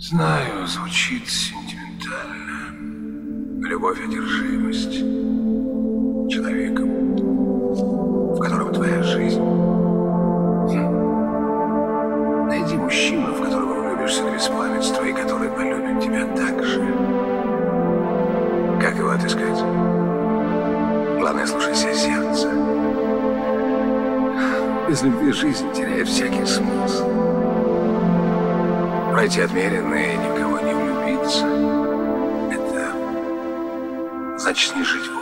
Знаю, звучит сентиментально. Любовь, одержимость человеком, в котором твоя жизнь. Найди мужчину, в которого влюбишься без памятства, и который полюбит тебя так же. Как его отыскать? Главное, слушайся сердца. Без любви жизнь теряет всякий смысл. Пройти отмеренно и никого не влюбиться — это значит не жить в